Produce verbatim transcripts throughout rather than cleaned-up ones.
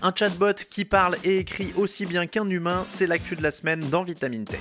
Un chatbot qui parle et écrit aussi bien qu'un humain, c'est l'actu de la semaine dans Vitamine Tech.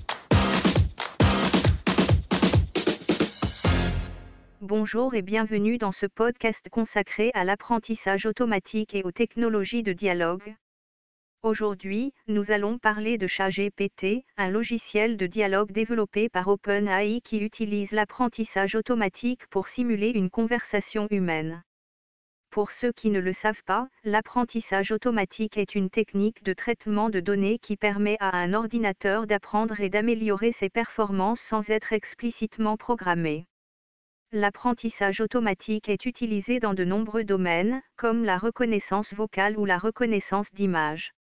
Bonjour et bienvenue dans ce podcast consacré à l'apprentissage automatique et aux technologies de dialogue. Aujourd'hui, nous allons parler de ChatGPT, un logiciel de dialogue développé par OpenAI qui utilise l'apprentissage automatique pour simuler une conversation humaine. Pour ceux qui ne le savent pas, l'apprentissage automatique est une technique de traitement de données qui permet à un ordinateur d'apprendre et d'améliorer ses performances sans être explicitement programmé. L'apprentissage automatique est utilisé dans de nombreux domaines, comme la reconnaissance vocale ou la reconnaissance d'images.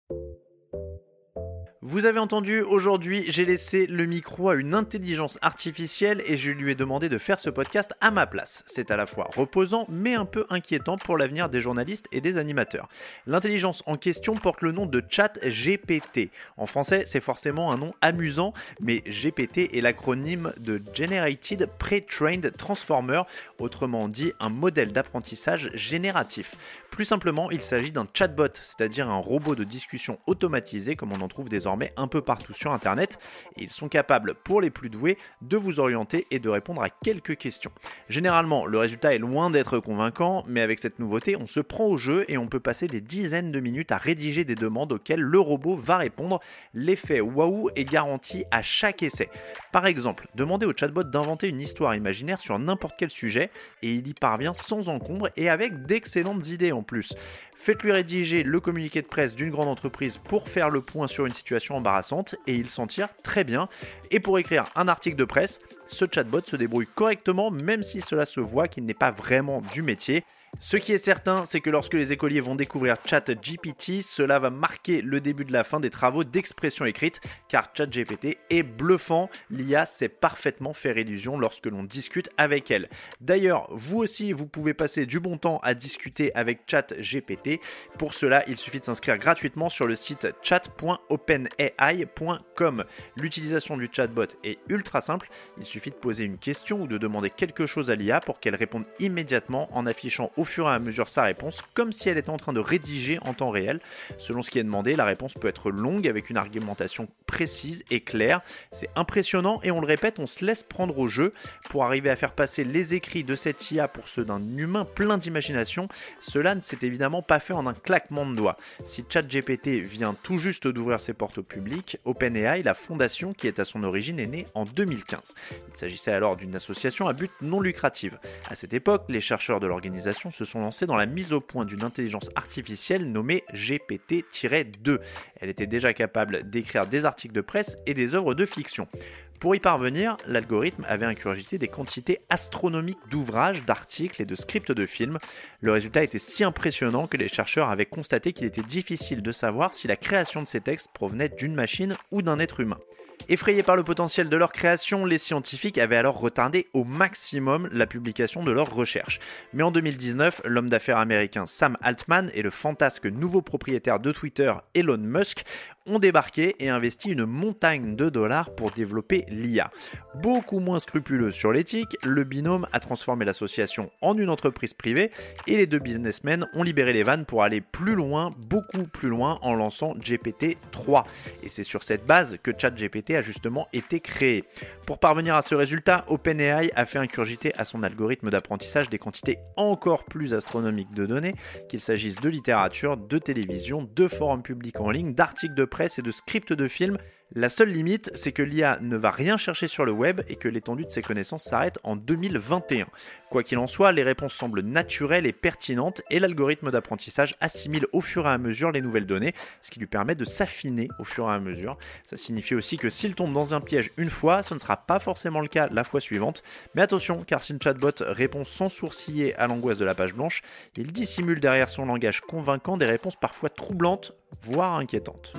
Vous avez entendu, aujourd'hui, j'ai laissé le micro à une intelligence artificielle et je lui ai demandé de faire ce podcast à ma place. C'est à la fois reposant mais un peu inquiétant pour l'avenir des journalistes et des animateurs. L'intelligence en question porte le nom de ChatGPT. En français, c'est forcément un nom amusant, mais G P T est l'acronyme de Generated Pre-trained Transformer, autrement dit un modèle d'apprentissage génératif. Plus simplement, il s'agit d'un chatbot, c'est-à-dire un robot de discussion automatisé comme on en trouve désormais un peu partout sur Internet. Et ils sont capables, pour les plus doués, de vous orienter et de répondre à quelques questions. Généralement, le résultat est loin d'être convaincant, mais avec cette nouveauté, on se prend au jeu et on peut passer des dizaines de minutes à rédiger des demandes auxquelles le robot va répondre. L'effet waouh est garanti à chaque essai. Par exemple, demandez au chatbot d'inventer une histoire imaginaire sur n'importe quel sujet et il y parvient sans encombre et avec d'excellentes idées en plus. Faites-lui rédiger le communiqué de presse d'une grande entreprise pour faire le point sur une situation embarrassante et il s'en tire très bien. Et pour écrire un article de presse, ce chatbot se débrouille correctement même si cela se voit qu'il n'est pas vraiment du métier. Ce qui est certain, c'est que lorsque les écoliers vont découvrir ChatGPT, cela va marquer le début de la fin des travaux d'expression écrite, car ChatGPT est bluffant, l'I A sait parfaitement faire illusion lorsque l'on discute avec elle. D'ailleurs, vous aussi, vous pouvez passer du bon temps à discuter avec ChatGPT. Pour cela, il suffit de s'inscrire gratuitement sur le site chat point openai point com. L'utilisation du chatbot est ultra simple, il suffit de poser une question ou de demander quelque chose à l'I A pour qu'elle réponde immédiatement en affichant au fur et à mesure sa réponse, comme si elle était en train de rédiger en temps réel. Selon ce qui est demandé, la réponse peut être longue avec une argumentation précise et claire. C'est impressionnant et on le répète, on se laisse prendre au jeu pour arriver à faire passer les écrits de cette I A pour ceux d'un humain plein d'imagination. Cela ne s'est évidemment pas fait en un claquement de doigts. Si ChatGPT vient tout juste d'ouvrir ses portes au public, OpenAI, la fondation qui est à son origine, est née en deux mille quinze. Il s'agissait alors d'une association à but non lucratif. À cette époque, les chercheurs de l'organisation se sont lancés dans la mise au point d'une intelligence artificielle nommée G P T deux. Elle était déjà capable d'écrire des articles de presse et des œuvres de fiction. Pour y parvenir, l'algorithme avait ingurgité des quantités astronomiques d'ouvrages, d'articles et de scripts de films. Le résultat était si impressionnant que les chercheurs avaient constaté qu'il était difficile de savoir si la création de ces textes provenait d'une machine ou d'un être humain. Effrayés par le potentiel de leur création, les scientifiques avaient alors retardé au maximum la publication de leurs recherches. Mais en deux mille dix-neuf, l'homme d'affaires américain Sam Altman et le fantasque nouveau propriétaire de Twitter, Elon Musk, ont débarqué et investi une montagne de dollars pour développer l'I A. Beaucoup moins scrupuleux sur l'éthique, le binôme a transformé l'association en une entreprise privée et les deux businessmen ont libéré les vannes pour aller plus loin, beaucoup plus loin, en lançant G P T trois. Et c'est sur cette base que ChatGPT a justement été créé. Pour parvenir à ce résultat, OpenAI a fait incurgiter à son algorithme d'apprentissage des quantités encore plus astronomiques de données, qu'il s'agisse de littérature, de télévision, de forums publics en ligne, d'articles de presse et de scripts de films. La seule limite, c'est que l'I A ne va rien chercher sur le web et que l'étendue de ses connaissances s'arrête en deux mille vingt et un. Quoi qu'il en soit, les réponses semblent naturelles et pertinentes et l'algorithme d'apprentissage assimile au fur et à mesure les nouvelles données, ce qui lui permet de s'affiner au fur et à mesure. Ça signifie aussi que s'il tombe dans un piège une fois, ce ne sera pas forcément le cas la fois suivante. Mais attention, car si le chatbot répond sans sourciller à l'angoisse de la page blanche, il dissimule derrière son langage convaincant des réponses parfois troublantes, voire inquiétantes.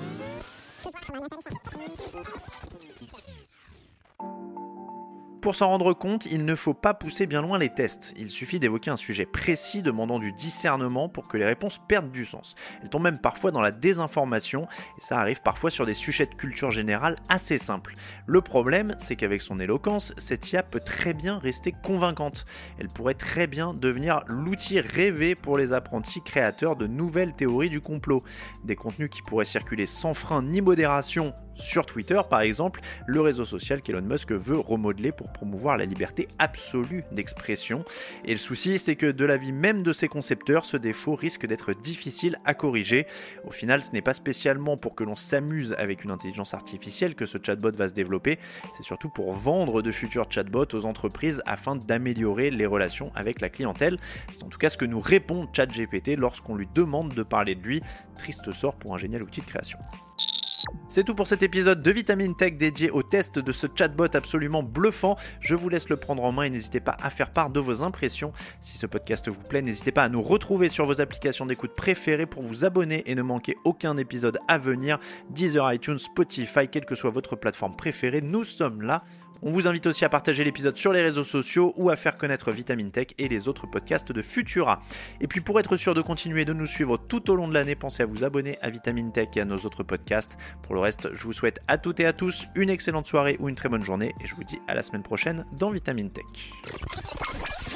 Pour s'en rendre compte, il ne faut pas pousser bien loin les tests. Il suffit d'évoquer un sujet précis demandant du discernement pour que les réponses perdent du sens. Elles tombent même parfois dans la désinformation, et ça arrive parfois sur des sujets de culture générale assez simples. Le problème, c'est qu'avec son éloquence, cette I A peut très bien rester convaincante. Elle pourrait très bien devenir l'outil rêvé pour les apprentis créateurs de nouvelles théories du complot. Des contenus qui pourraient circuler sans frein ni modération sur Twitter par exemple, le réseau social qu'Elon Musk veut remodeler pour promouvoir la liberté absolue d'expression. Et le souci, c'est que de l'avis même de ses concepteurs, ce défaut risque d'être difficile à corriger. Au final, ce n'est pas spécialement pour que l'on s'amuse avec une intelligence artificielle que ce chatbot va se développer, c'est surtout pour vendre de futurs chatbots aux entreprises afin d'améliorer les relations avec la clientèle. C'est en tout cas ce que nous répond ChatGPT lorsqu'on lui demande de parler de lui. Triste sort pour un génial outil de création. C'est tout pour cet épisode de Vitamine Tech dédié au test de ce chatbot absolument bluffant. Je vous laisse le prendre en main et n'hésitez pas à faire part de vos impressions. Si ce podcast vous plaît, n'hésitez pas à nous retrouver sur vos applications d'écoute préférées pour vous abonner et ne manquer aucun épisode à venir. Deezer, iTunes, Spotify, quelle que soit votre plateforme préférée, nous sommes là. On vous invite aussi à partager l'épisode sur les réseaux sociaux ou à faire connaître Vitamine Tech et les autres podcasts de Futura. Et puis pour être sûr de continuer de nous suivre tout au long de l'année, pensez à vous abonner à Vitamine Tech et à nos autres podcasts. Pour le reste, je vous souhaite à toutes et à tous une excellente soirée ou une très bonne journée et je vous dis à la semaine prochaine dans Vitamine Tech.